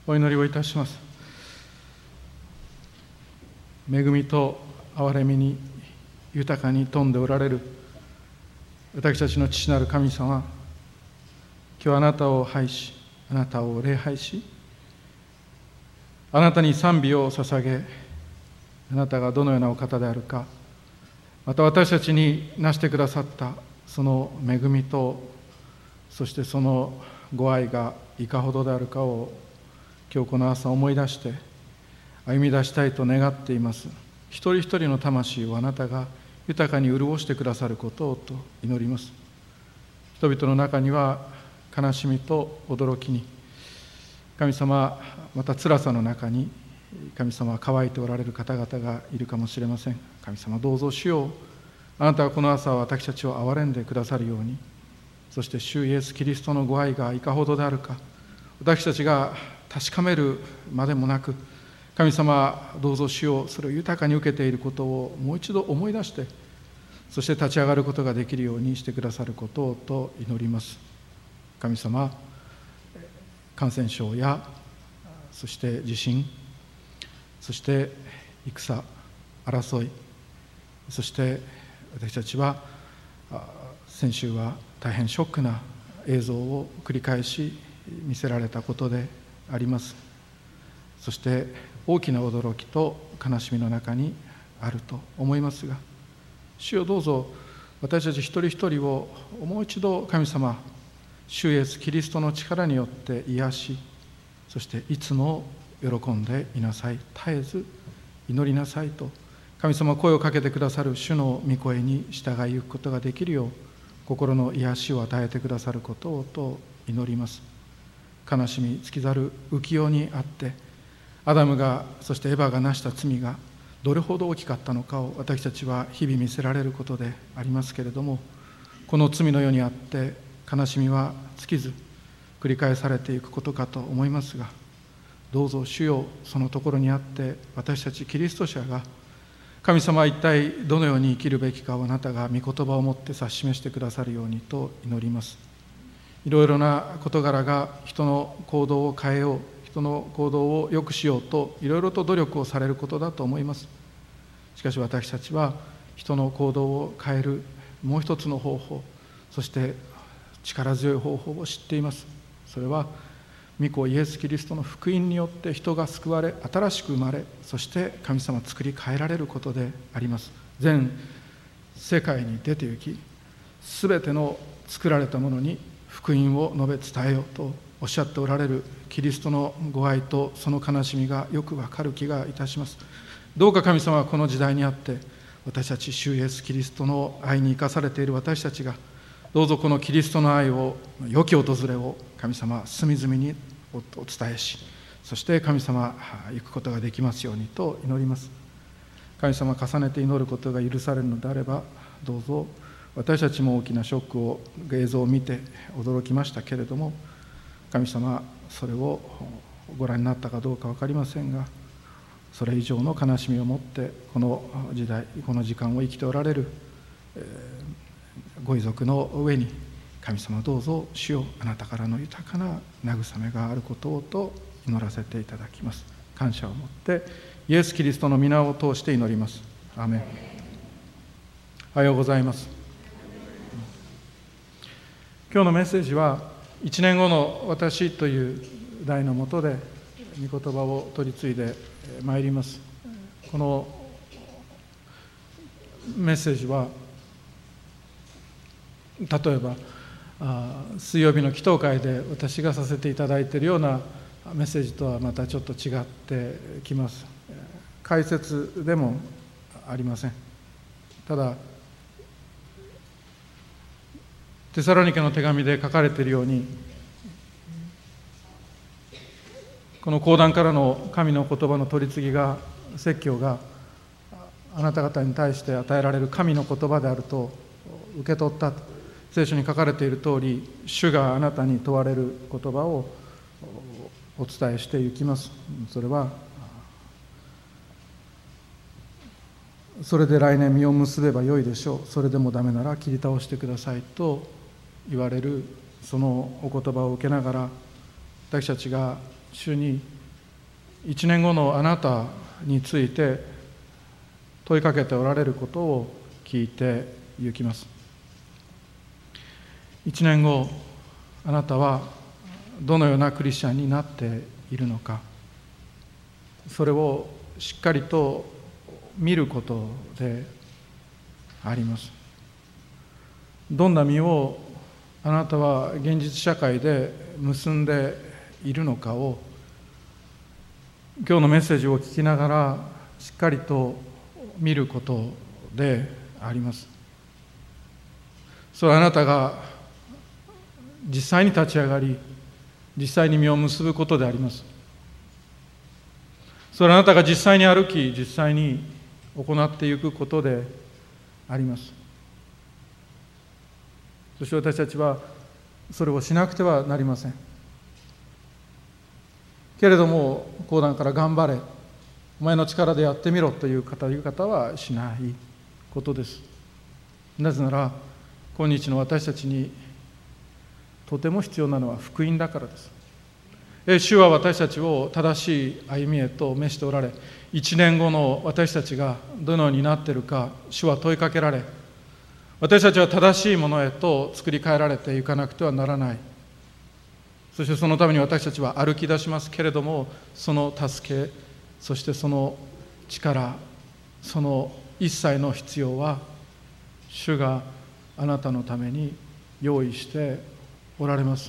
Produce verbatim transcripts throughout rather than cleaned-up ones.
お祈りをいたします。恵みと憐れみに豊かに富んでおられる私たちの父なる神様、今日あなたを拝し、あなたを礼拝し、あなたに賛美を捧げ、あなたがどのようなお方であるか、また私たちになしてくださったその恵みと、そしてそのご愛がいかほどであるかを今日この朝思い出して歩み出したいと願っています。一人一人の魂をあなたが豊かに潤してくださることをと祈ります。人々の中には悲しみと驚きに、神様、また辛さの中に神様は乾いておられる方々がいるかもしれません。神様、どうぞ主よ、あなたはこの朝私たちを憐れんでくださるように、そして主イエス・キリストのご愛がいかほどであるか、私たちが確かめるまでもなく、神様、どうぞ主よ、それを豊かに受けていることをもう一度思い出して、そして立ち上がることができるようにしてくださることをと祈ります。神様、感染症や、そして地震、そして戦、争い、そして私たちは先週は大変ショックな映像を繰り返し見せられたことであります。そして大きな驚きと悲しみの中にあると思いますが、主よ、どうぞ私たち一人一人をもう一度神様、主イエスキリストの力によって癒し、そしていつも喜んでいなさい、絶えず祈りなさいと神様声をかけてくださる主の御声に従い行くことができるよう、心の癒しを与えてくださることをと祈ります。悲しみ尽きざる浮世にあって、アダムがそしてエバがなした罪がどれほど大きかったのかを私たちは日々見せられることでありますけれども、この罪の世にあって悲しみは尽きず繰り返されていくことかと思いますが、どうぞ主よ、そのところにあって私たちキリスト者が神様は一体どのように生きるべきかをあなたが御言葉をもって指し示してくださるようにと祈ります。いろいろな事柄が人の行動を変えよう、人の行動を良くしようといろいろと努力をされることだと思います。しかし私たちは人の行動を変えるもう一つの方法、そして力強い方法を知っています。それは御子イエス・キリストの福音によって人が救われ、新しく生まれ、そして神様作り変えられることであります。全世界に出て行き、すべての作られたものに福音を述べ伝えようとおっしゃっておられるキリストのご愛とその悲しみがよくわかる気がいたします。どうか神様はこの時代にあって、私たち主イエス・キリストの愛に生かされている私たちが、どうぞこのキリストの愛を、良き訪れを神様隅々にお伝えし、そして神様行くことができますようにと祈ります。神様、重ねて祈ることが許されるのであれば、どうぞ私たちも大きなショックを、映像を見て驚きましたけれども、神様、それをご覧になったかどうか分かりませんが、それ以上の悲しみを持ってこの時代、この時間を生きておられる、えー、ご遺族の上に、神様どうぞ主よ、あなたからの豊かな慰めがあることをと祈らせていただきます。感謝を持ってイエス・キリストの皆を通して祈ります。アーメン。おはようございます。今日のメッセージは、一年後の私という題のもとで御言葉を取り継いでまいります。このメッセージは、例えば水曜日の祈祷会で私がさせていただいているようなメッセージとはまたちょっと違ってきます。解説でもありません。ただ、テサロニケの手紙で書かれているように、この講談からの神の言葉の取り次ぎが、説教があなた方に対して与えられる神の言葉であると受け取ったと、聖書に書かれている通り、主があなたに問われる言葉をお伝えしていきます。それは、それで来年実を結べばよいでしょう、それでもダメなら切り倒してくださいと言われる、そのお言葉を受けながら、私たちが主に一年後のあなたについて問いかけておられることを聞いてゆきます。一年後、あなたはどのようなクリスチャンになっているのか、それをしっかりと見ることであります。どんな実をあなたは現実社会で結んでいるのかを、今日のメッセージを聞きながらしっかりと見ることであります。それはあなたが実際に立ち上がり、実際に実を結ぶことであります。それはあなたが実際に歩き、実際に行っていくことであります。そして私たちはそれをしなくてはなりません。けれども、講談から頑張れ、お前の力でやってみろという方いう方はしないことです。なぜなら、今日の私たちにとても必要なのは福音だからです。主は私たちを正しい歩みへと召しておられ、一年後の私たちがどのようになっているか、主は問いかけられ、私たちは正しいものへと作り変えられていかなくてはならない。そしてそのために私たちは歩き出しますけれども、その助け、そしてその力、その一切の必要は、主があなたのために用意しておられます。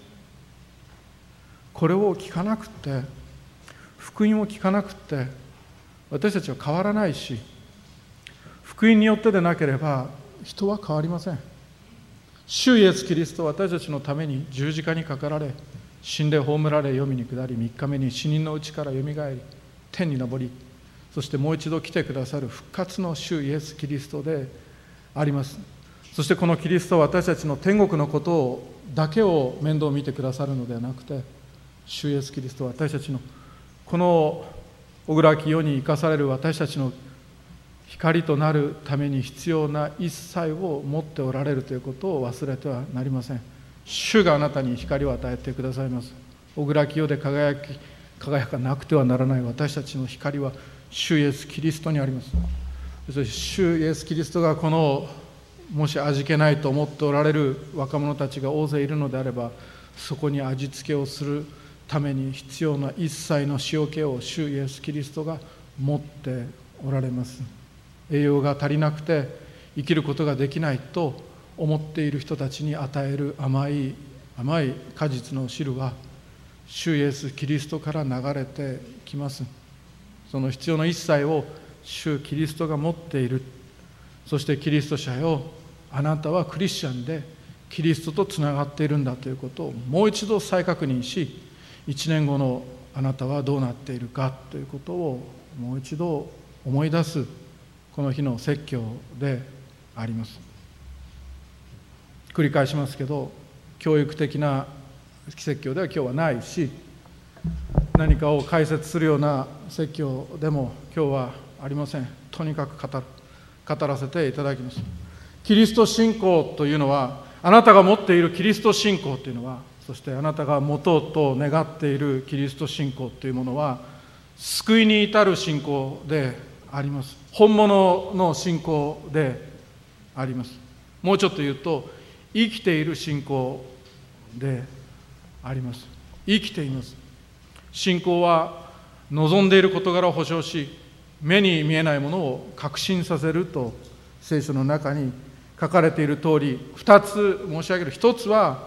これを聞かなくって、福音を聞かなくって、私たちは変わらないし、福音によってでなければ人は変わりません。主イエスキリストは私たちのために十字架にかかられ、死んで葬られ、黄泉に下り、三日目に死人のうちからよみがえり、天に昇り、そしてもう一度来てくださる復活の主イエスキリストであります。そしてこのキリストは私たちの天国のことをだけを面倒を見てくださるのではなくて、主イエスキリストは私たちのこの小暗き世に生かされる私たちの光となるために必要な一切を持っておられるということを忘れてはなりません。主があなたに光を与えてくださいます。小暗き世で輝き輝かなくてはならない私たちの光は主イエスキリストにあります。そして主イエスキリストがこのもし味気ないと思っておられる若者たちが大勢いるのであれば、そこに味付けをするために必要な一切の塩気を主イエスキリストが持っておられます。栄養が足りなくて生きることができないと思っている人たちに与える甘い甘い果実の汁は主イエスキリストから流れてきます。その必要な一切を主キリストが持っている。そしてキリスト者よ、あなたはクリスチャンでキリストとつながっているんだということをもう一度再確認し、一年後のあなたはどうなっているかということをもう一度思い出すこの日の説教であります。繰り返しますけど、教育的な説教では今日はないし、何かを解説するような説教でも今日はありません。とにかく語る語らせていただきます。キリスト信仰というのは、あなたが持っているキリスト信仰というのは、そしてあなたが持とうと願っているキリスト信仰というものは、救いに至る信仰であります。本物の信仰であります。もうちょっと言うと、生きている信仰であります。生きています。信仰は望んでいる事柄を保証し、目に見えないものを確信させると聖書の中に書かれている通り、二つ申し上げる。一つは、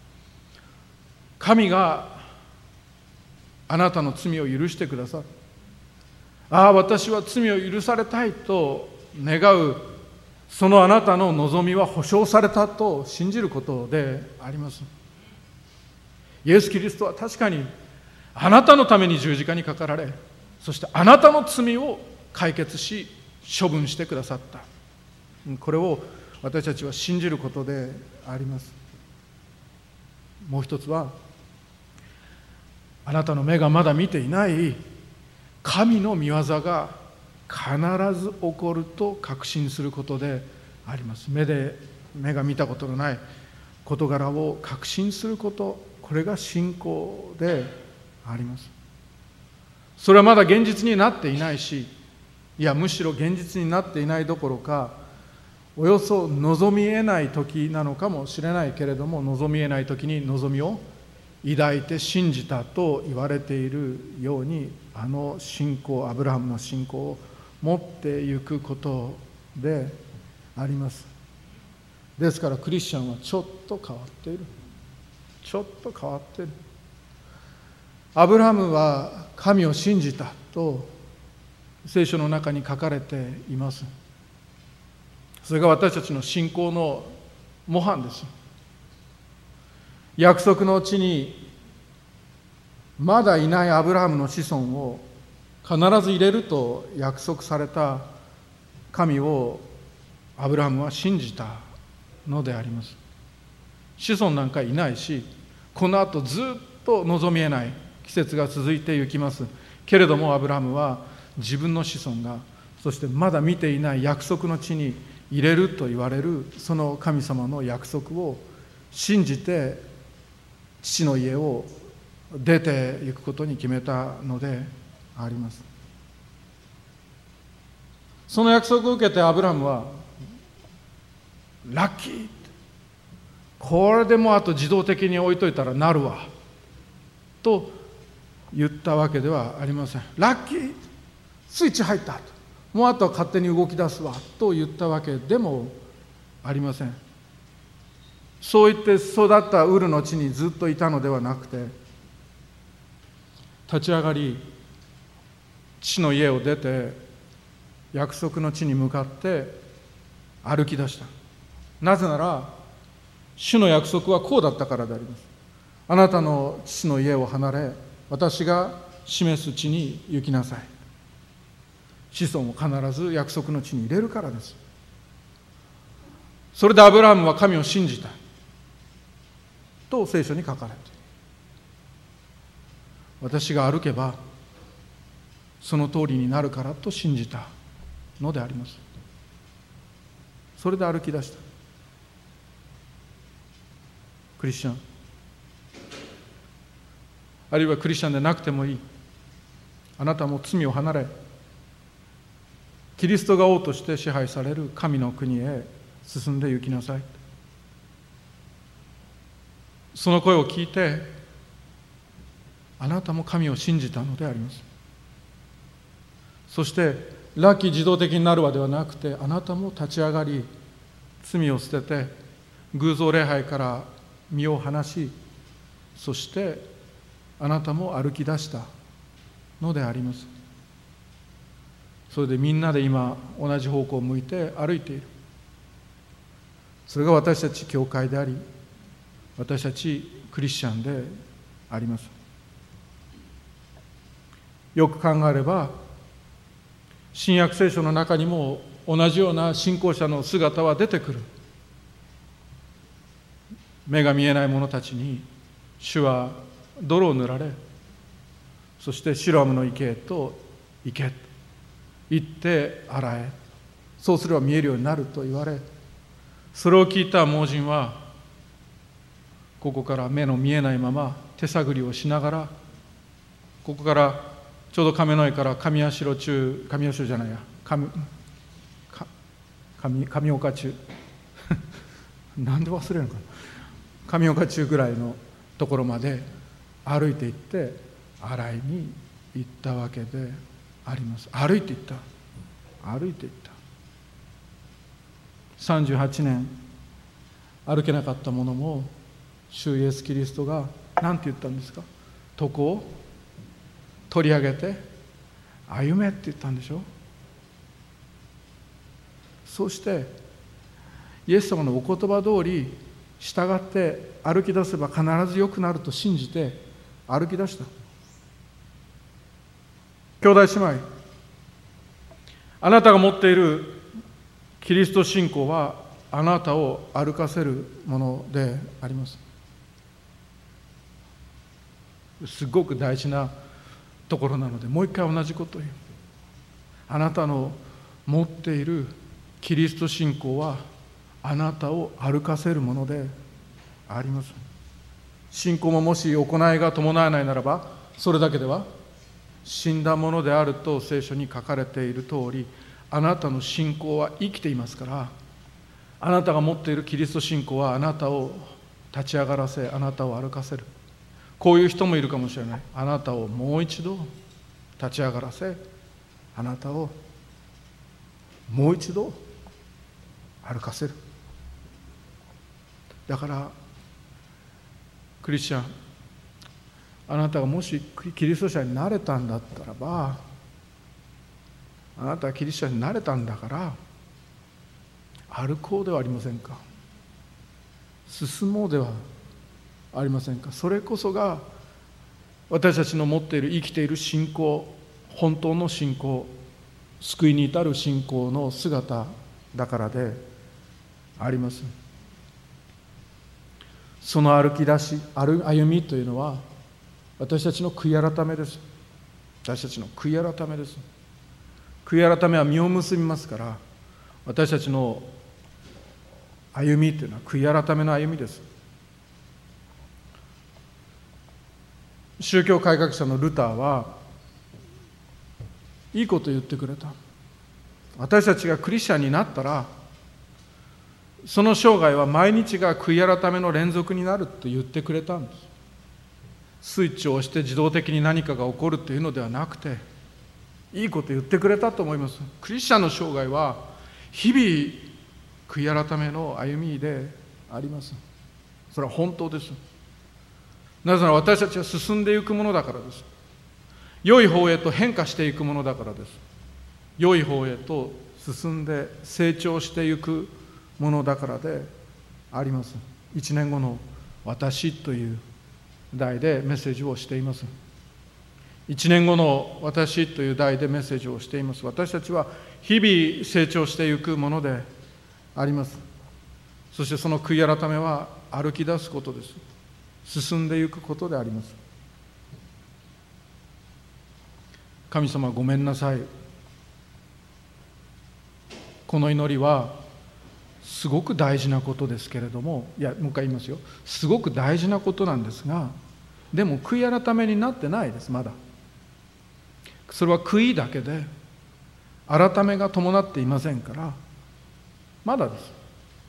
神があなたの罪を許してくださる。ああ、私は罪を許されたいと願う、そのあなたの望みは保証されたと信じることであります。イエス・キリストは確かにあなたのために十字架にかかられ、そしてあなたの罪を解決し処分してくださった。これを私たちは信じることであります。もう一つは、あなたの目がまだ見ていない神の御業が必ず起こると確信することであります。目で目が見たことのない事柄を確信すること、これが信仰であります。 それはまだ現実になっていないし、いやむしろ現実になっていないどころか、およそ望み得ない時なのかもしれないけれども、望み得ない時に望みを抱いて信じたと言われているように、あの信仰、アブラハムの信仰を持っていくことであります。ですからクリスチャンはちょっと変わっている。ちょっと変わっている。アブラハムは神を信じたと聖書の中に書かれています。それが私たちの信仰の模範です。約束の地にまだいないアブラハムの子孫を必ず入れると約束された神をアブラハムは信じたのであります。子孫なんかいないし、この後ずっと望み得ない季節が続いていきます。けれどもアブラハムは自分の子孫が、そしてまだ見ていない約束の地に入れると言われるその神様の約束を信じて父の家を出ていくことに決めたのであります。その約束を受けてアブラハムはラッキー、これでもうあと自動的に置いといたらなるわと言ったわけではありません。ラッキー、スイッチ入ったと、もうあとは勝手に動き出すわと言ったわけでもありません。そう言って育ったウルの地にずっといたのではなくて、立ち上がり父の家を出て約束の地に向かって歩き出した。なぜなら主の約束はこうだったからであります。あなたの父の家を離れ、私が示す地に行きなさい。子孫を必ず約束の地に入れるからです。それでアブラハムは神を信じたと聖書に書かれている。私が歩けばその通りになるからと信じたのであります。それで歩き出した。クリスチャン、あるいはクリスチャンでなくてもいい、あなたも罪を離れ、キリストが王として支配される神の国へ進んで行きなさい。その声を聞いて、あなたも神を信じたのであります。そしてラッキー自動的になるわではなくて、あなたも立ち上がり、罪を捨てて偶像礼拝から身を離し、そしてあなたも歩き出したのであります。それでみんなで今同じ方向を向いて歩いている。それが私たち教会であり、私たちクリスチャンであります。よく考えれば、新約聖書の中にも同じような信仰者の姿は出てくる。目が見えない者たちに主は泥を塗られ、そしてシロアムの池へと行け、行って洗え、そうすれば見えるようになると言われ、それを聞いた盲人はここから目の見えないまま手探りをしながら、ここからちょうど亀の井から上社中上社じゃないや上上上岡中なんで忘れるのかな、上岡中ぐらいのところまで歩いて行って洗いに行ったわけであります。歩いて行った歩いて行ったさんじゅうはちねん歩けなかったものも、主イエスキリストが何て言ったんですか。床を取り上げて歩めって言ったんでしょ。そしてイエス様のお言葉通り従って歩き出せば必ず良くなると信じて歩き出した。兄弟姉妹、あなたが持っているキリスト信仰はあなたを歩かせるものであります。すごく大事なところなので、もう一回同じことを言う。あなたの持っているキリスト信仰はあなたを歩かせるものであります。信仰ももし行いが伴わないならば、それだけでは死んだものであると聖書に書かれている通り、あなたの信仰は生きていますから、あなたが持っているキリスト信仰はあなたを立ち上がらせ、あなたを歩かせる。こういう人もいるかもしれない。あなたをもう一度立ち上がらせ、あなたをもう一度歩かせる。だからクリスチャン、あなたがもしキリスト者になれたんだったらば、あなたはキリスト者になれたんだから歩こうではありませんか、進もうではありませんか。それこそが私たちの持っている生きている信仰、本当の信仰、救いに至る信仰の姿だからであります。その歩き出し、歩みというのは私たちの悔い改めです。私たちの悔い改めです。悔い改めは実を結びますから、私たちの歩みというのは悔い改めの歩みです。宗教改革者のルターはいいこと言ってくれた。私たちがクリスチャンになったら、その生涯は毎日が悔い改めの連続になると言ってくれたんです。スイッチを押して自動的に何かが起こるというのではなくて、いいこと言ってくれたと思います。クリスチャンの生涯は日々悔い改めの歩みであります。それは本当です。なぜなら私たちは進んでいくものだからです。良い方へと変化していくものだからです。良い方へと進んで成長していくものだからであります。一年後の私という題でメッセージをしています。一年後の私という題でメッセージをしています。私たちは日々成長していくものであります。そしてその悔い改めは歩き出すことです。進んでいくことであります。神様ごめんなさい。この祈りはすごく大事なことですけれども、いやもう一回言いますよ。すごく大事なことなんですが、でも悔い改めになってないです。まだそれは悔いだけで改めが伴っていませんから、まだです。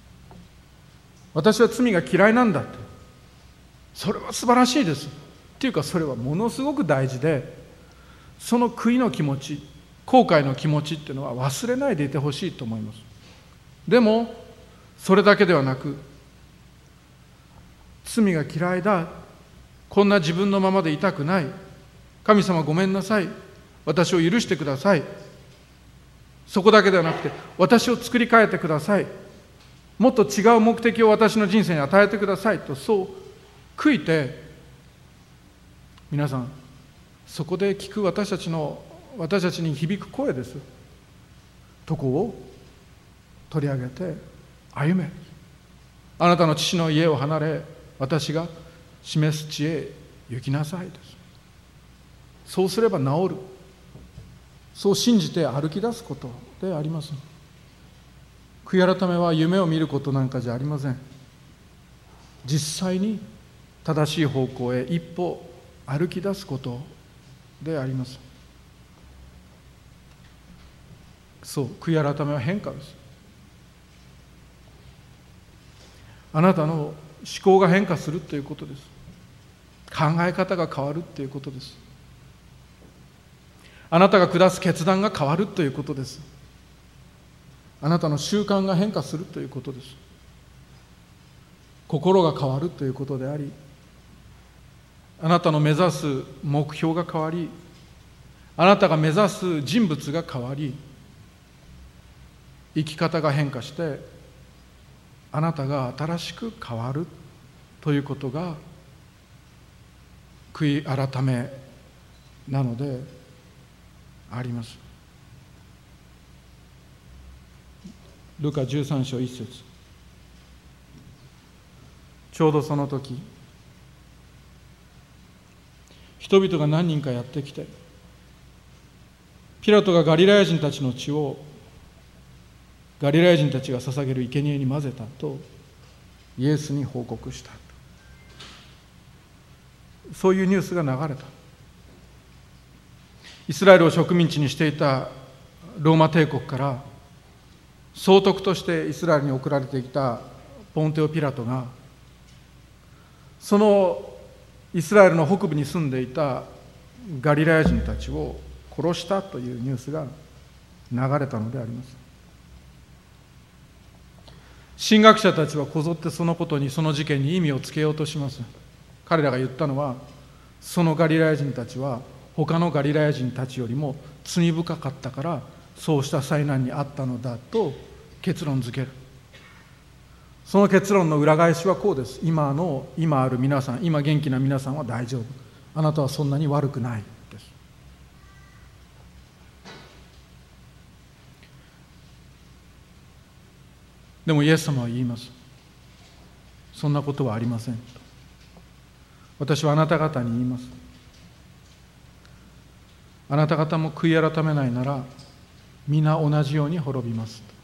私は罪が嫌いなんだって、それは素晴らしいです。っていうかそれはものすごく大事で、その悔いの気持ち、後悔の気持ちっていうのは忘れないでいてほしいと思います。でもそれだけではなく、罪が嫌いだ、こんな自分のままでいたくない、神様ごめんなさい、私を許してください、そこだけではなくて私を作り変えてください、もっと違う目的を私の人生に与えてくださいと、そう悔いて、皆さんそこで聞く私たちの私たちに響く声です。どこを取り上げて歩め、あなたの父の家を離れ私が示す地へ行きなさいです。そうすれば治る、そう信じて歩き出すことであります。悔い改めは夢を見ることなんかじゃありません。実際に正しい方向へ一歩歩き出すことであります。そう、悔い改めは変化です。あなたの思考が変化するということです。考え方が変わるということです。あなたが下す決断が変わるということです。あなたの習慣が変化するということです。心が変わるということであり、あなたの目指す目標が変わり、あなたが目指す人物が変わり、生き方が変化して、あなたが新しく変わるということが悔い改めなのであります。ルカじゅうさん章いっ節、ちょうどその時、人々が何人かやってきて、ピラトがガリラヤ人たちの血をガリラヤ人たちが捧げる生贄に混ぜたとイエスに報告した。そういうニュースが流れた。 イスラエルを植民地にしていたローマ帝国から総督としてイスラエルに送られてきたポンテオ・ピラトが、そのイスラエルの北部に住んでいたガリラヤ人たちを殺したというニュースが流れたのであります。神学者たちはこぞってそのことに、その事件に意味をつけようとします。彼らが言ったのは、そのガリラヤ人たちは他のガリラヤ人たちよりも罪深かったからそうした災難にあったのだと結論付ける。その結論の裏返しはこうです。今の今ある皆さん、今元気な皆さんは大丈夫、あなたはそんなに悪くないです。でもイエス様は言います。そんなことはありませんと。私はあなた方に言います。あなた方も悔い改めないなら皆同じように滅びますと。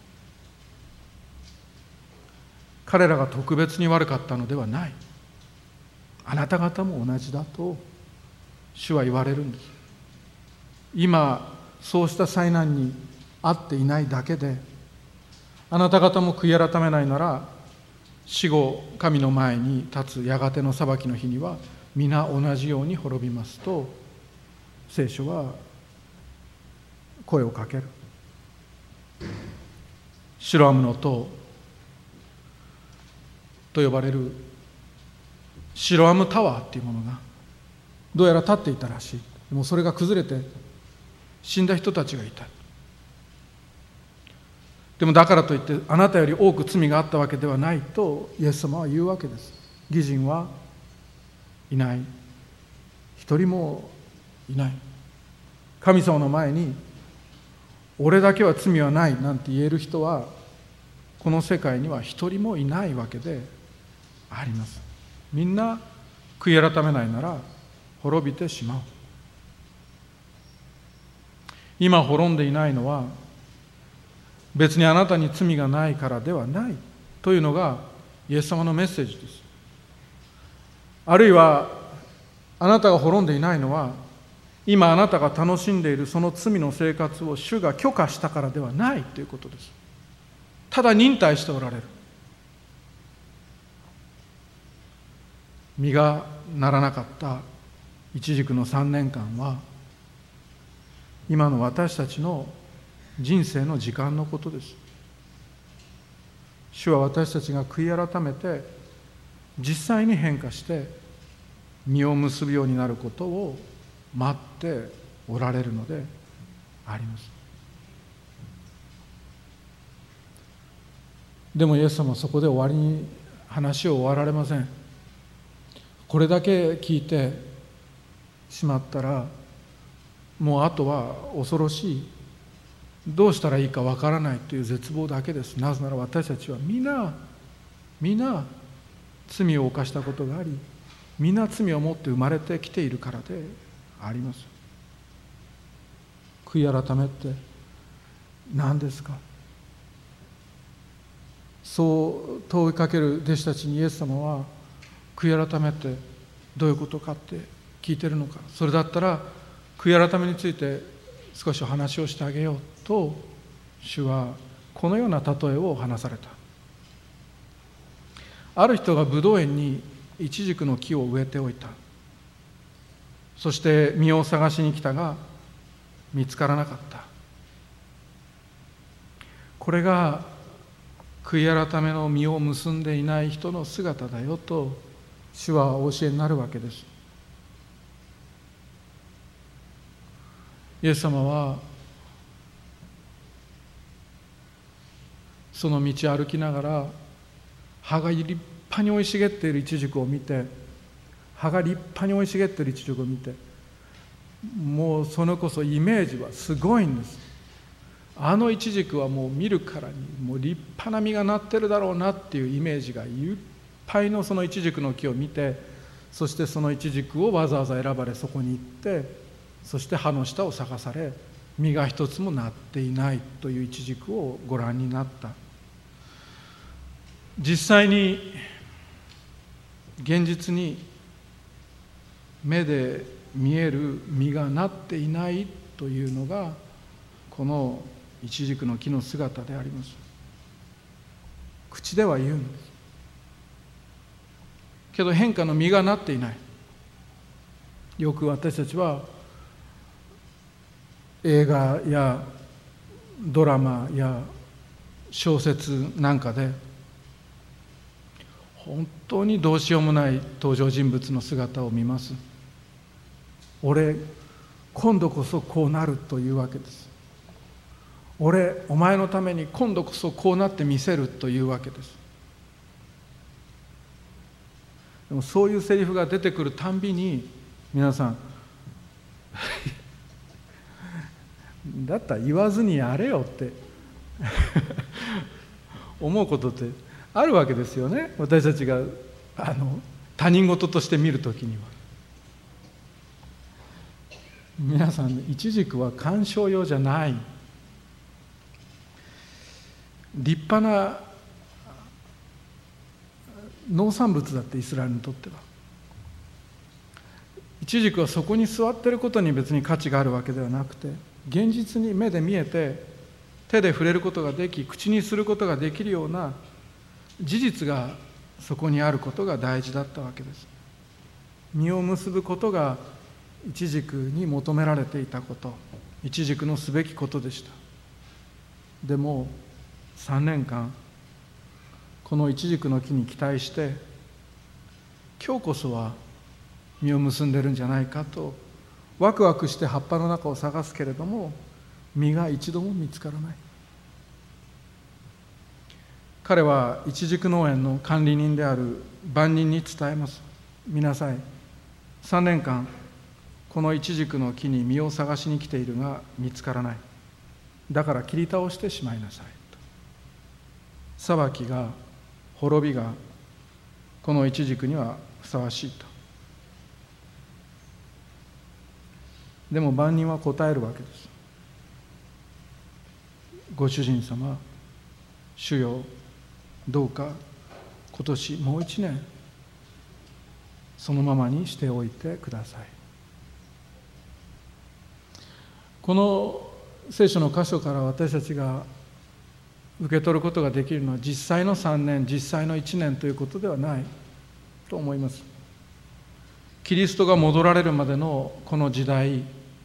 彼らが特別に悪かったのではない。あなた方も同じだと主は言われるんです。今そうした災難に遭っていないだけで、あなた方も悔い改めないなら死後神の前に立つやがての裁きの日には皆同じように滅びますと聖書は声をかける。シロアムの塔と呼ばれるシロアムタワーっていうものがどうやら立っていたらしい。でもそれが崩れて死んだ人たちがいた。でもだからといってあなたより多く罪があったわけではないとイエス様は言うわけです。義人はいない、一人もいない。神様の前に俺だけは罪はないなんて言える人はこの世界には一人もいないわけであります。みんな悔い改めないなら滅びてしまう。今滅んでいないのは別にあなたに罪がないからではないというのがイエス様のメッセージです。あるいはあなたが滅んでいないのは今あなたが楽しんでいるその罪の生活を主が許可したからではないということです。ただ忍耐しておられる。実がならなかった一軸のさんねんかんは今の私たちの人生の時間のことです。主は私たちが悔い改めて実際に変化して実を結ぶようになることを待っておられるのであります。でもイエス様はそこで終わりに話を終わられません。これだけ聞いてしまったらもうあとは恐ろしい、どうしたらいいかわからないという絶望だけです。なぜなら私たちは皆皆罪を犯したことがあり、皆罪を持って生まれてきているからであります。悔い改めって何ですか。そう問いかける弟子たちにイエス様は悔い改めってどういうことかって聞いてるのか。それだったら悔い改めについて少しお話をしてあげようと主はこのような例えを話された。ある人がブドウ園にイチジクの木を植えておいた。そして実を探しに来たが見つからなかった。これが悔い改めの実を結んでいない人の姿だよと主はお教えになるわけです。イエス様はその道を歩きながら葉が立派に生い茂っているイチジクを見て、葉が立派に生い茂っているイチジクを見て、もうそれこそイメージはすごいんです。あのイチジクはもう見るからにもう立派な実がなってるだろうなっていうイメージがいっぱいのそのイチジクの木を見て、そしてそのイチジクをわざわざ選ばれそこに行って、そして葉の下を探され実が一つもなっていないというイチジクをご覧になった。実際に現実に目で見える実がなっていないというのがこのイチジクの木の姿であります。口では言うのです。けど変化の実がなっていない。よく私たちは映画やドラマや小説なんかで本当にどうしようもない登場人物の姿を見ます。俺今度こそこうなるというわけです。俺お前のために今度こそこうなってみせるというわけです。でもそういうセリフが出てくるたんびに皆さんだったら言わずにやれよって思うことってあるわけですよね。私たちがあの他人事として見るときには。皆さん、イチジクは観賞用じゃない。立派な農産物だって、イスラエルにとっては。イチジクはそこに座っていることに別に価値があるわけではなくて、現実に目で見えて手で触れることができ、口にすることができるような事実がそこにあることが大事だったわけです。実を結ぶことがイチジクに求められていたこと、イチジクのすべきことでした。でもさんねんかんこのイチジクの木に期待して、今日こそは実を結んでるんじゃないかとワクワクして葉っぱの中を探すけれども、実が一度も見つからない。彼はイチジク農園の管理人である番人に伝えます。見なさい、さんねんかんこのイチジクの木に実を探しに来ているが見つからない。だから切り倒してしまいなさいと。裁きが、滅びがこのイチジクにはふさわしいと。でも番人は答えるわけです。ご主人様、主よ、どうか今年もう一年そのままにしておいてください。この聖書の箇所から私たちが受け取ることができるのは、実際のさんねん、実際のいちねんということではないと思います。キリストが戻られるまでのこの時代、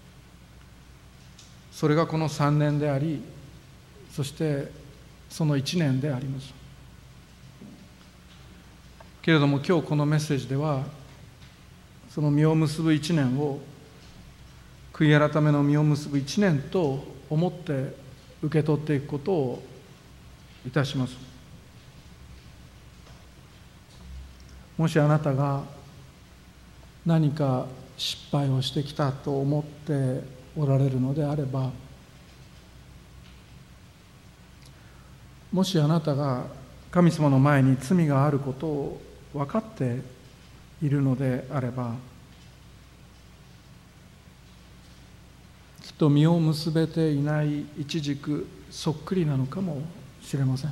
それがこのさんねんであり、そしてそのいちねんであります。けれども今日このメッセージでは、その実を結ぶいちねんを悔い改めの実を結ぶいちねんと思って受け取っていくことをいたします。もしあなたが何か失敗をしてきたと思っておられるのであれば、もしあなたが神様の前に罪があることを分かっているのであれば、きっと実を結べていないイチジクそっくりなのかもしれません。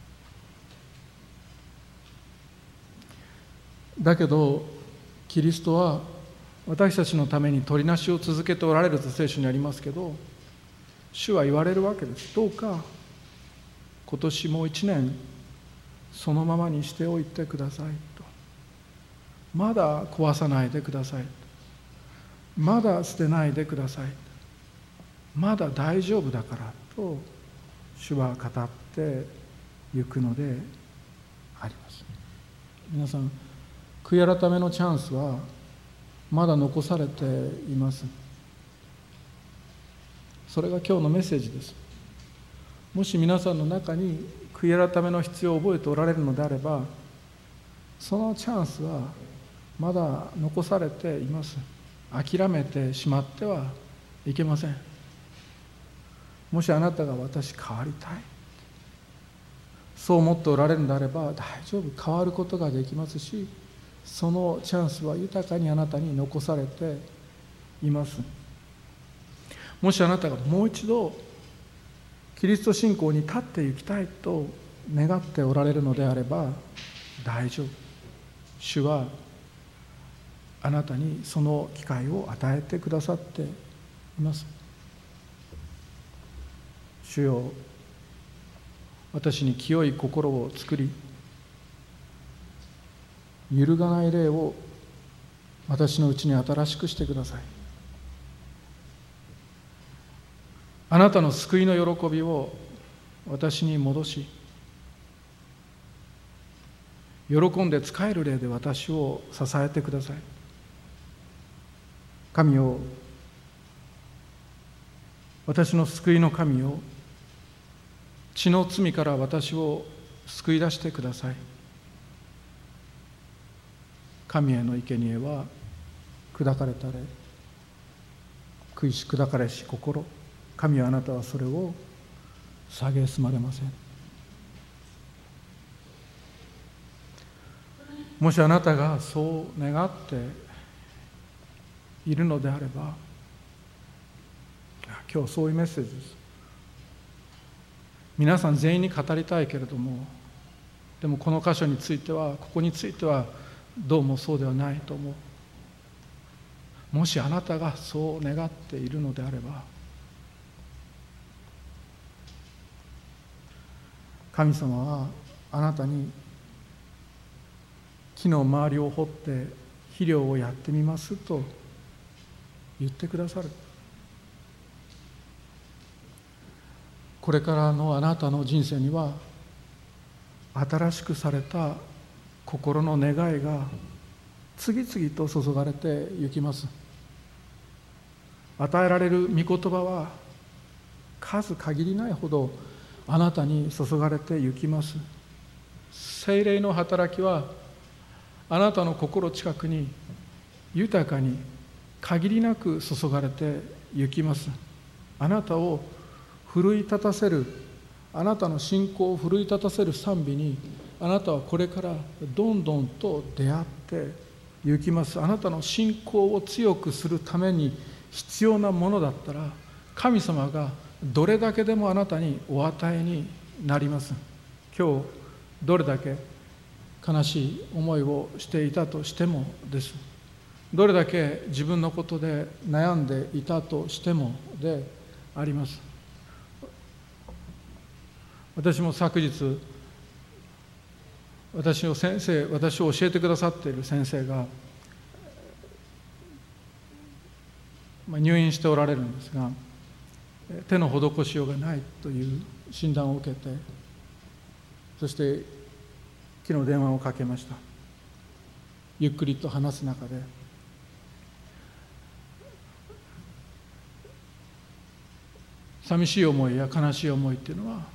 だけどキリストは私たちのために取りなしを続けておられると聖書にありますけど、主は言われるわけです。どうか今年もう一年そのままにしておいてくださいと。まだ壊さないでください。まだ捨てないでください。まだ大丈夫だからと主は語ってゆくのであります。皆さん、悔い改めのチャンスはまだ残されています。それが今日のメッセージです。もし皆さんの中に悔い改めの必要を覚えておられるのであれば、そのチャンスはまだ残されています。諦めてしまってはいけません。もしあなたが私変わりたい、そう思っておられるのであれば大丈夫、変わることができますし、そのチャンスは豊かにあなたに残されています。もしあなたがもう一度キリスト信仰に立っていきたいと願っておられるのであれば大丈夫。主はあなたにその機会を与えてくださっています。 主よ、私に清い心を作り、揺るがない霊を私のうちに新しくしてください。あなたの救いの喜びを私に戻し、喜んで仕える霊で私を支えてください。神よ、私の救いの神よ、血の罪から私を救い出してください。神への生贄は砕かれた霊、悔いし砕かれし心、神はあなたはそれを蔑まれません。もしあなたがそう願っているのであれば、今日そういうメッセージです。皆さん全員に語りたいけれども、でもこの箇所については、ここについてはどうもそうではないと思う。もしあなたがそう願っているのであれば、神様はあなたに木の周りを掘って肥料をやってみますと言ってくださる。これからのあなたの人生には新しくされた心の願いが次々と注がれてゆきます。与えられる御言葉は数限りないほどあなたに注がれてゆきます。聖霊の働きはあなたの心近くに豊かに限りなく注がれてゆきます。あなたを奮い立たせる、あなたの信仰を奮い立たせる賛美にあなたはこれからどんどんと出会ってゆきます。あなたの信仰を強くするために必要なものだったら、神様がどれだけでもあなたにお与えになります。今日どれだけ悲しい思いをしていたとしてもです。どれだけ自分のことで悩んでいたとしてもであります。私も昨日、私を先生、私を教えてくださっている先生が、まあ、入院しておられるんですが、手の施しようがないという診断を受けて、そして昨日電話をかけました。ゆっくりと話す中で、寂しい思いや悲しい思いっていうのは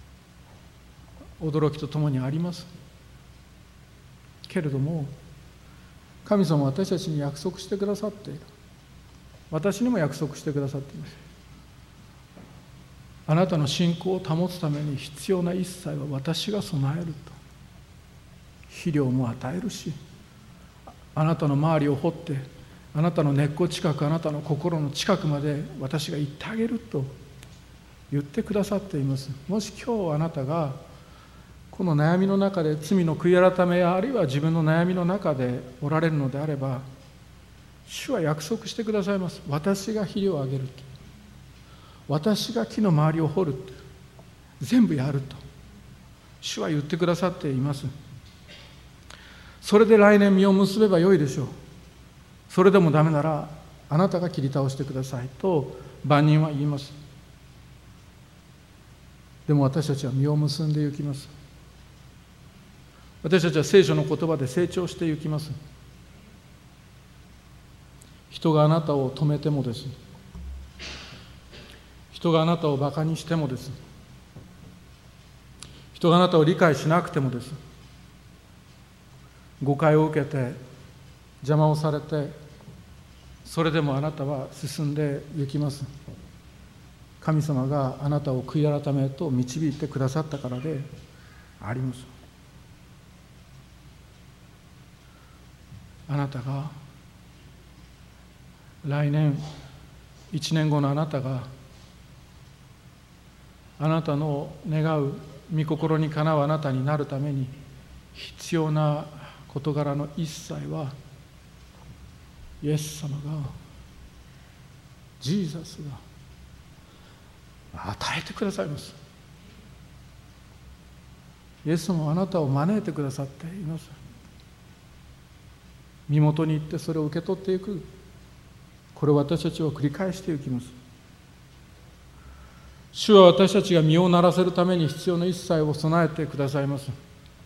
驚きとともにありますけれども、神様は私たちに約束してくださっている。私にも約束してくださっています。あなたの信仰を保つために必要な一切は私が備えると。肥料も与えるし、あなたの周りを掘って、あなたの根っこ近く、あなたの心の近くまで私が行ってあげると言ってくださっています。もし今日あなたがこの悩みの中で罪の悔い改めやあるいは自分の悩みの中でおられるのであれば、主は約束してくださいます。私が肥料をあげると、私が木の周りを掘ると、全部やると主は言ってくださっています。それで来年実を結べばよいでしょう。それでもダメならあなたが切り倒してくださいと万人は言います。でも私たちは実を結んでいきます。私たちは聖書の言葉で成長していきます。人があなたを止めてもです。人があなたをバカにしてもです。人があなたを理解しなくてもです。誤解を受けて邪魔をされて、それでもあなたは進んでいきます。神様があなたを悔い改めへと導いてくださったからであります。あなたが来年いちねんごのあなたがあなたの願う御心にかなうあなたになるために必要な事柄の一切はイエス様が、ジーザスが与えてくださいます。イエスもあなたを招いてくださっています。身元に行ってそれを受け取っていく。これを私たちは繰り返していきます。主は私たちが身を慣らせるために必要な一切を備えてくださいます。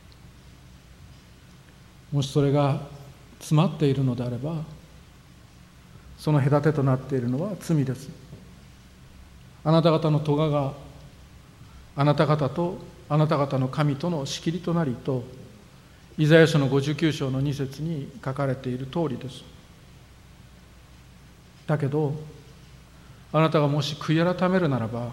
もしそれが詰まっているのであれば、その隔てとなっているのは罪です。あなた方の咎があなた方とあなた方の神との仕切りとなりと、イザヤ書のごじゅうきゅう章のに節に書かれている通りです。だけどあなたがもし悔い改めるならば、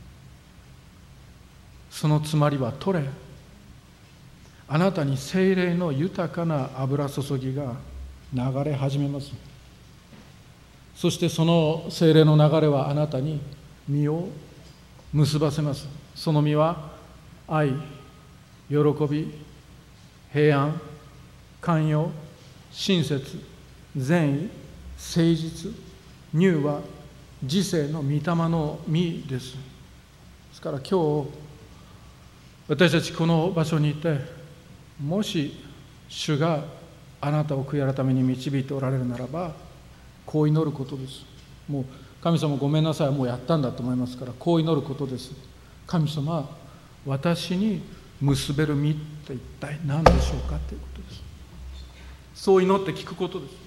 その詰まりは取れ、あなたに聖霊の豊かな油注ぎが流れ始めます。そしてその聖霊の流れはあなたに実を結ばせます。その実は愛、喜び、平安、寛容、親切、善意、誠実、乳和、自制の御霊の実です。ですから今日私たちこの場所にいて、もし主があなたを悔い改めに導いておられるならば、こう祈ることです。もう神様ごめんなさい、もうやったんだと思いますから、こう祈ることです。神様、私に結べる実って一体何でしょうかということです。そう祈って聞くことです。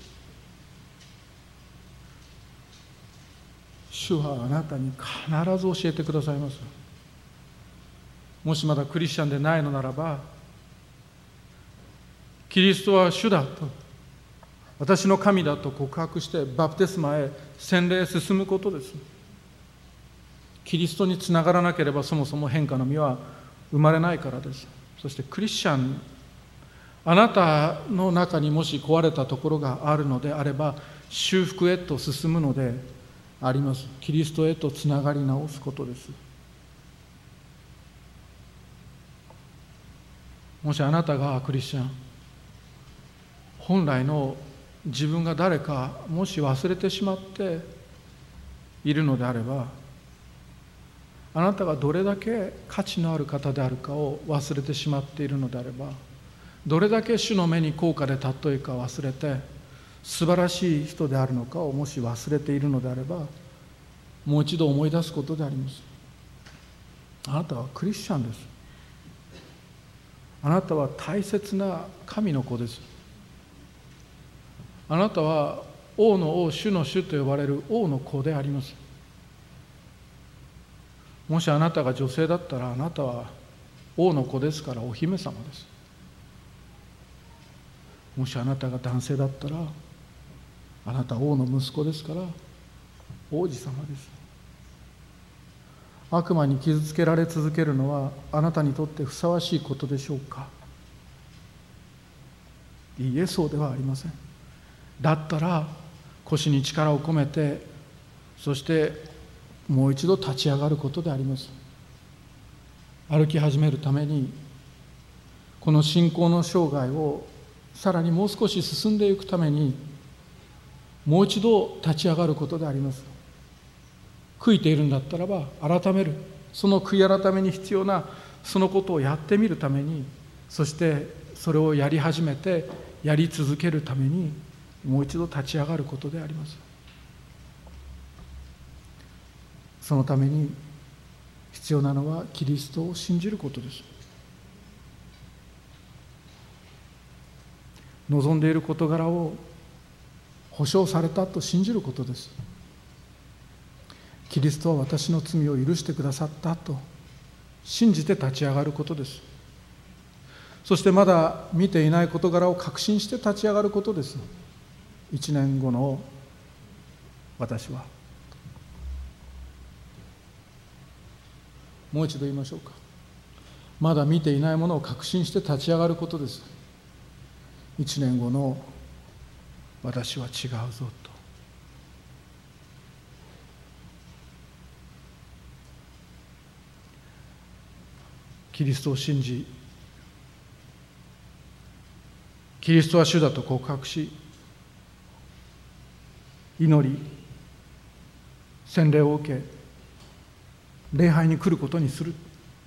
主はあなたに必ず教えてくださいます。もしまだクリスチャンでないのならば、キリストは主だと、私の神だと告白してバプテスマへ洗礼へ進むことです。キリストにつながらなければそもそも変化の実は生まれないからです。そしてクリスチャン、あなたの中にもし壊れたところがあるのであれば、修復へと進むのであります。キリストへとつながり直すことです。もしあなたがクリスチャン、本来の自分が誰かもし忘れてしまっているのであれば、あなたがどれだけ価値のある方であるかを忘れてしまっているのであれば、どれだけ主の目に高価で尊いか忘れて、素晴らしい人であるのかをもし忘れているのであれば、もう一度思い出すことであります。あなたはクリスチャンです。あなたは大切な神の子です。あなたは王の王、主の主と呼ばれる王の子であります。もしあなたが女性だったら、あなたは王の子ですからお姫様です。もしあなたが男性だったら、あなたは王の息子ですから王子様です。悪魔に傷つけられ続けるのはあなたにとってふさわしいことでしょうか。いいえ、そうではありません。だったら腰に力を込めて、そしてもう一度立ち上がることであります。歩き始めるために、この信仰の生涯をさらにもう少し進んでいくために、もう一度立ち上がることであります。悔いているんだったらば改める、その悔い改めに必要なそのことをやってみるために、そしてそれをやり始めてやり続けるために、もう一度立ち上がることであります。そのために必要なのはキリストを信じることです。望んでいる事柄を保証されたと信じることです。キリストは私の罪を許してくださったと信じて立ち上がることです。そしてまだ見ていない事柄を確信して立ち上がることです。一年後の私は、もう一度言いましょうか。まだ見ていないものを確信して立ち上がることです。一年後の私は違うぞと。キリストを信じ、キリストは主だと告白し、祈り、洗礼を受け、 礼拝に来ることにする。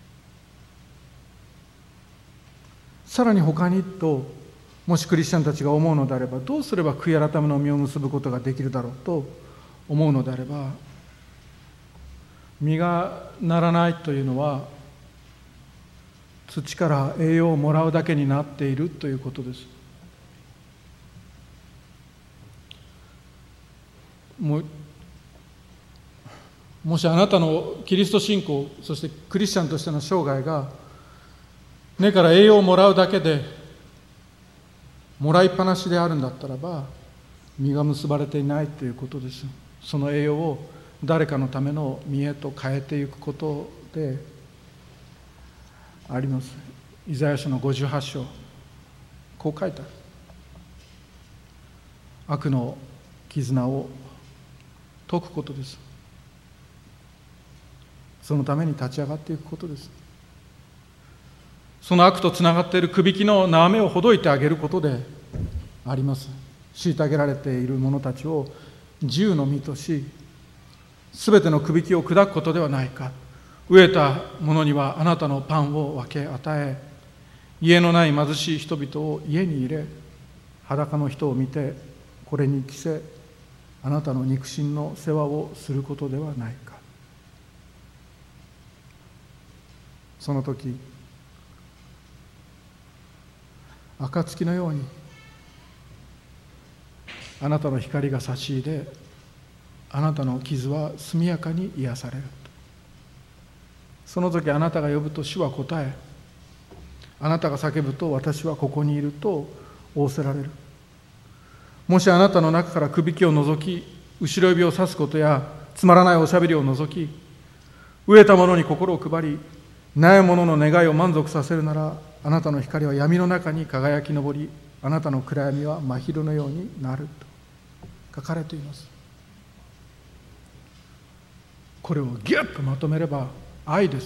さらに他にと、もしクリスチャンたちが思うのであれば、どうすれば悔い改めの実を結ぶことができるだろうと思うのであれば、実がならないというのは土から栄養をもらうだけになっているということです。もうもしあなたのキリスト信仰、そしてクリスチャンとしての生涯が根から栄養をもらうだけでもらいっぱなしであるんだったらば、実が結ばれていないということです。その栄養を誰かのための実へと変えていくことであります。イザヤ書のごじゅうはち章、こう書いてある。悪の絆を解くことです。そのために立ち上がっていくことです。その悪とつながっているくびきの縄目をほどいてあげることであります。虐げられている者たちを自由の身とし、すべてのくびきを砕くことではないか。飢えた者にはあなたのパンを分け与え、家のない貧しい人々を家に入れ、裸の人を見てこれに着せ、あなたの肉親の世話をすることではないか。その時、暁のようにあなたの光が差し入れ、あなたの傷は速やかに癒される。その時あなたが呼ぶと主は答え、あなたが叫ぶと私はここにいると仰せられる。もしあなたの中からくびきを除き、後ろ指を刺すことやつまらないおしゃべりを除き、飢えた者に心を配り、ない者の願いを満足させるなら、あなたの光は闇の中に輝き昇り、あなたの暗闇は真昼のようになると書かれています。これをギュッとまとめれば愛です。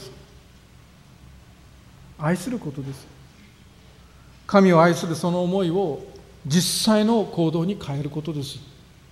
愛することです。神を愛するその思いを実際の行動に変えることです。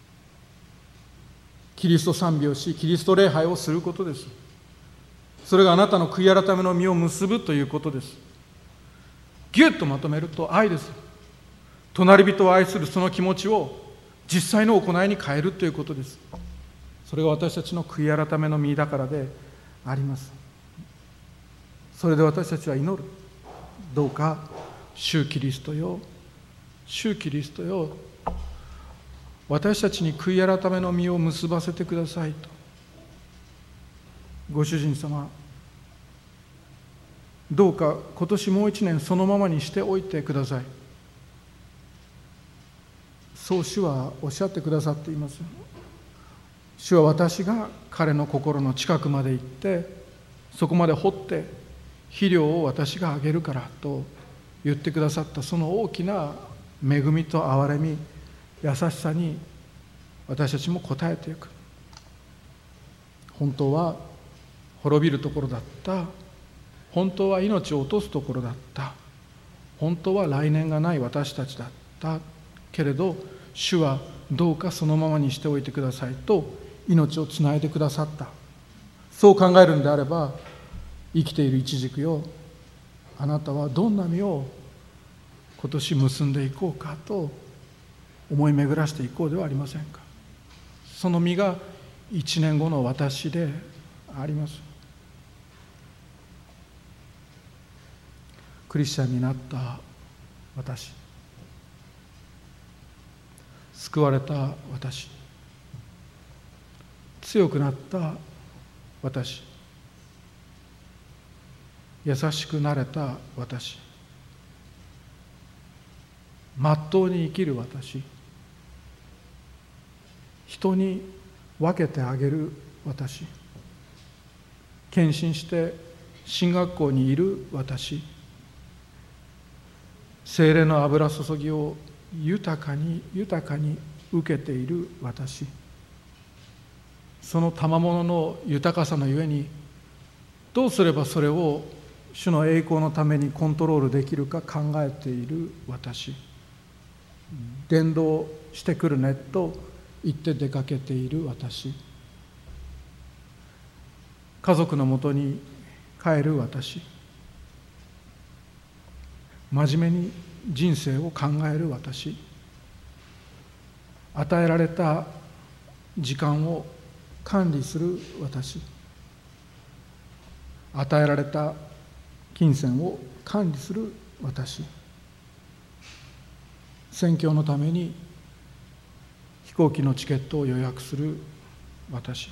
キリスト賛美をし、キリスト礼拝をすることです。それがあなたの悔い改めの実を結ぶということです。ギュッとまとめると愛です。隣人を愛するその気持ちを実際の行いに変えるということです。それが私たちの悔い改めの実だからであります。それで私たちは祈る。どうか主キリストよ、主キリストよ、私たちに悔い改めの実を結ばせてくださいと。ご主人様、どうか今年もう一年そのままにしておいてください。そう主はおっしゃってくださっています。主は私が彼の心の近くまで行って、そこまで掘って肥料を私があげるからと言ってくださった、その大きな恵みと憐れみ、優しさに私たちも応えていく。本当は滅びるところだった。本当は命を落とすところだった。本当は来年がない私たちだったけれど、主はどうかそのままにしておいてくださいと命をつないでくださった。そう考えるのであれば、生きているイチジクよ、あなたはどんな実を今年結んでいこうかと思い巡らしていこうではありませんか。その実が一年後の私であります。クリスチャンになった私、救われた私、強くなった私、優しくなれた私、まっとうに生きる私、人に分けてあげる私、献身して神学校にいる私、聖霊の油注ぎを豊かに豊かに受けている私、その賜物の豊かさのゆえに、どうすればそれを主の栄光のためにコントロールできるか考えている私、伝道してくるねと言って出かけている私、 家族のもとに帰る私、真面目に人生を考える私、与えられた時間を管理する私、与えられた金銭を管理する私、宣教のために飛行機のチケットを予約する私、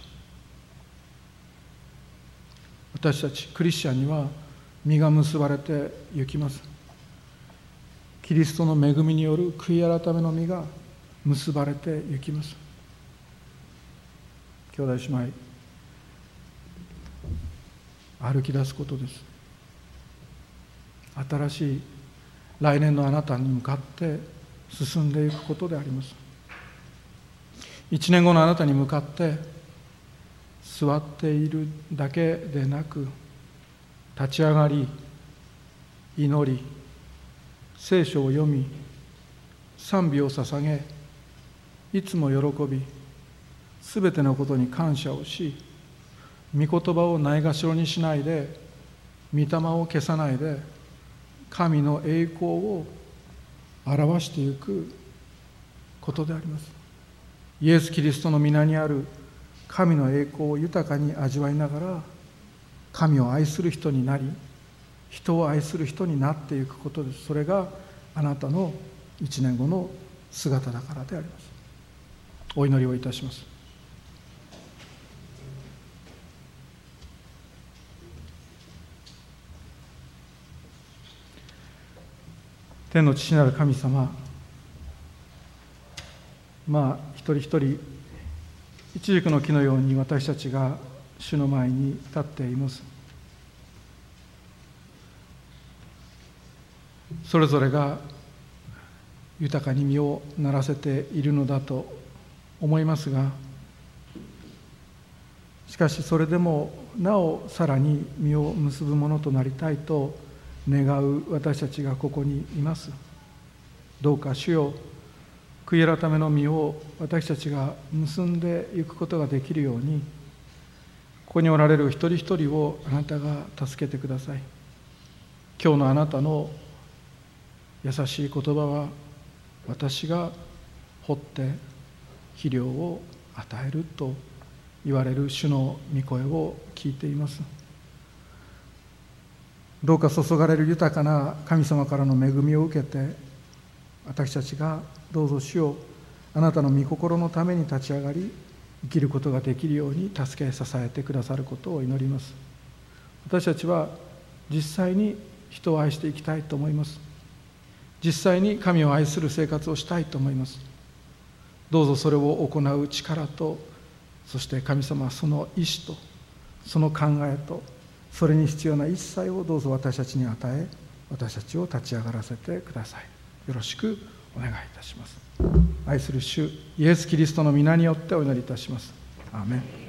私たちクリスチャンには実が結ばれてゆきます。キリストの恵みによる悔い改めの実が結ばれてゆきます。兄弟姉妹、歩き出すことです。新しい来年のあなたに向かって進んでいくことであります。一年後のあなたに向かって座っているだけでなく、立ち上がり、祈り、聖書を読み、賛美を捧げ、いつも喜び、すべてのことに感謝をし、御言葉をないがしろにしないで、御霊を消さないで、神の栄光を表していくことであります。イエス・キリストの皆にある神の栄光を豊かに味わいながら、神を愛する人になり、人を愛する人になっていくことです。それがあなたの一年後の姿だからであります。お祈りをいたします。天の父なる神様、まあ一人一人一軸の木のように私たちが主の前に立っています。それぞれが豊かに実をならせているのだと思いますが、しかしそれでもなおさらに実を結ぶものとなりたいと願う私たちがここにいます。どうか主よ、悔い改めの実を私たちが結んでいくことができるように、ここにおられる一人一人をあなたが助けてください。今日のあなたの優しい言葉は、私が掘って肥料を与えると言われる主の御声を聞いています。どうか注がれる豊かな神様からの恵みを受けて、私たちがどうぞ主をあなたの御心のために立ち上がり、生きることができるように助け支えてくださることを祈ります。私たちは実際に人を愛していきたいと思います。実際に神を愛する生活をしたいと思います。どうぞそれを行う力と、そして神様はその意志と、その考えと、それに必要な一切をどうぞ私たちに与え、私たちを立ち上がらせてください。よろしくお願いいたします。愛する主イエス・キリストの皆によってお祈りいたします。アーメン。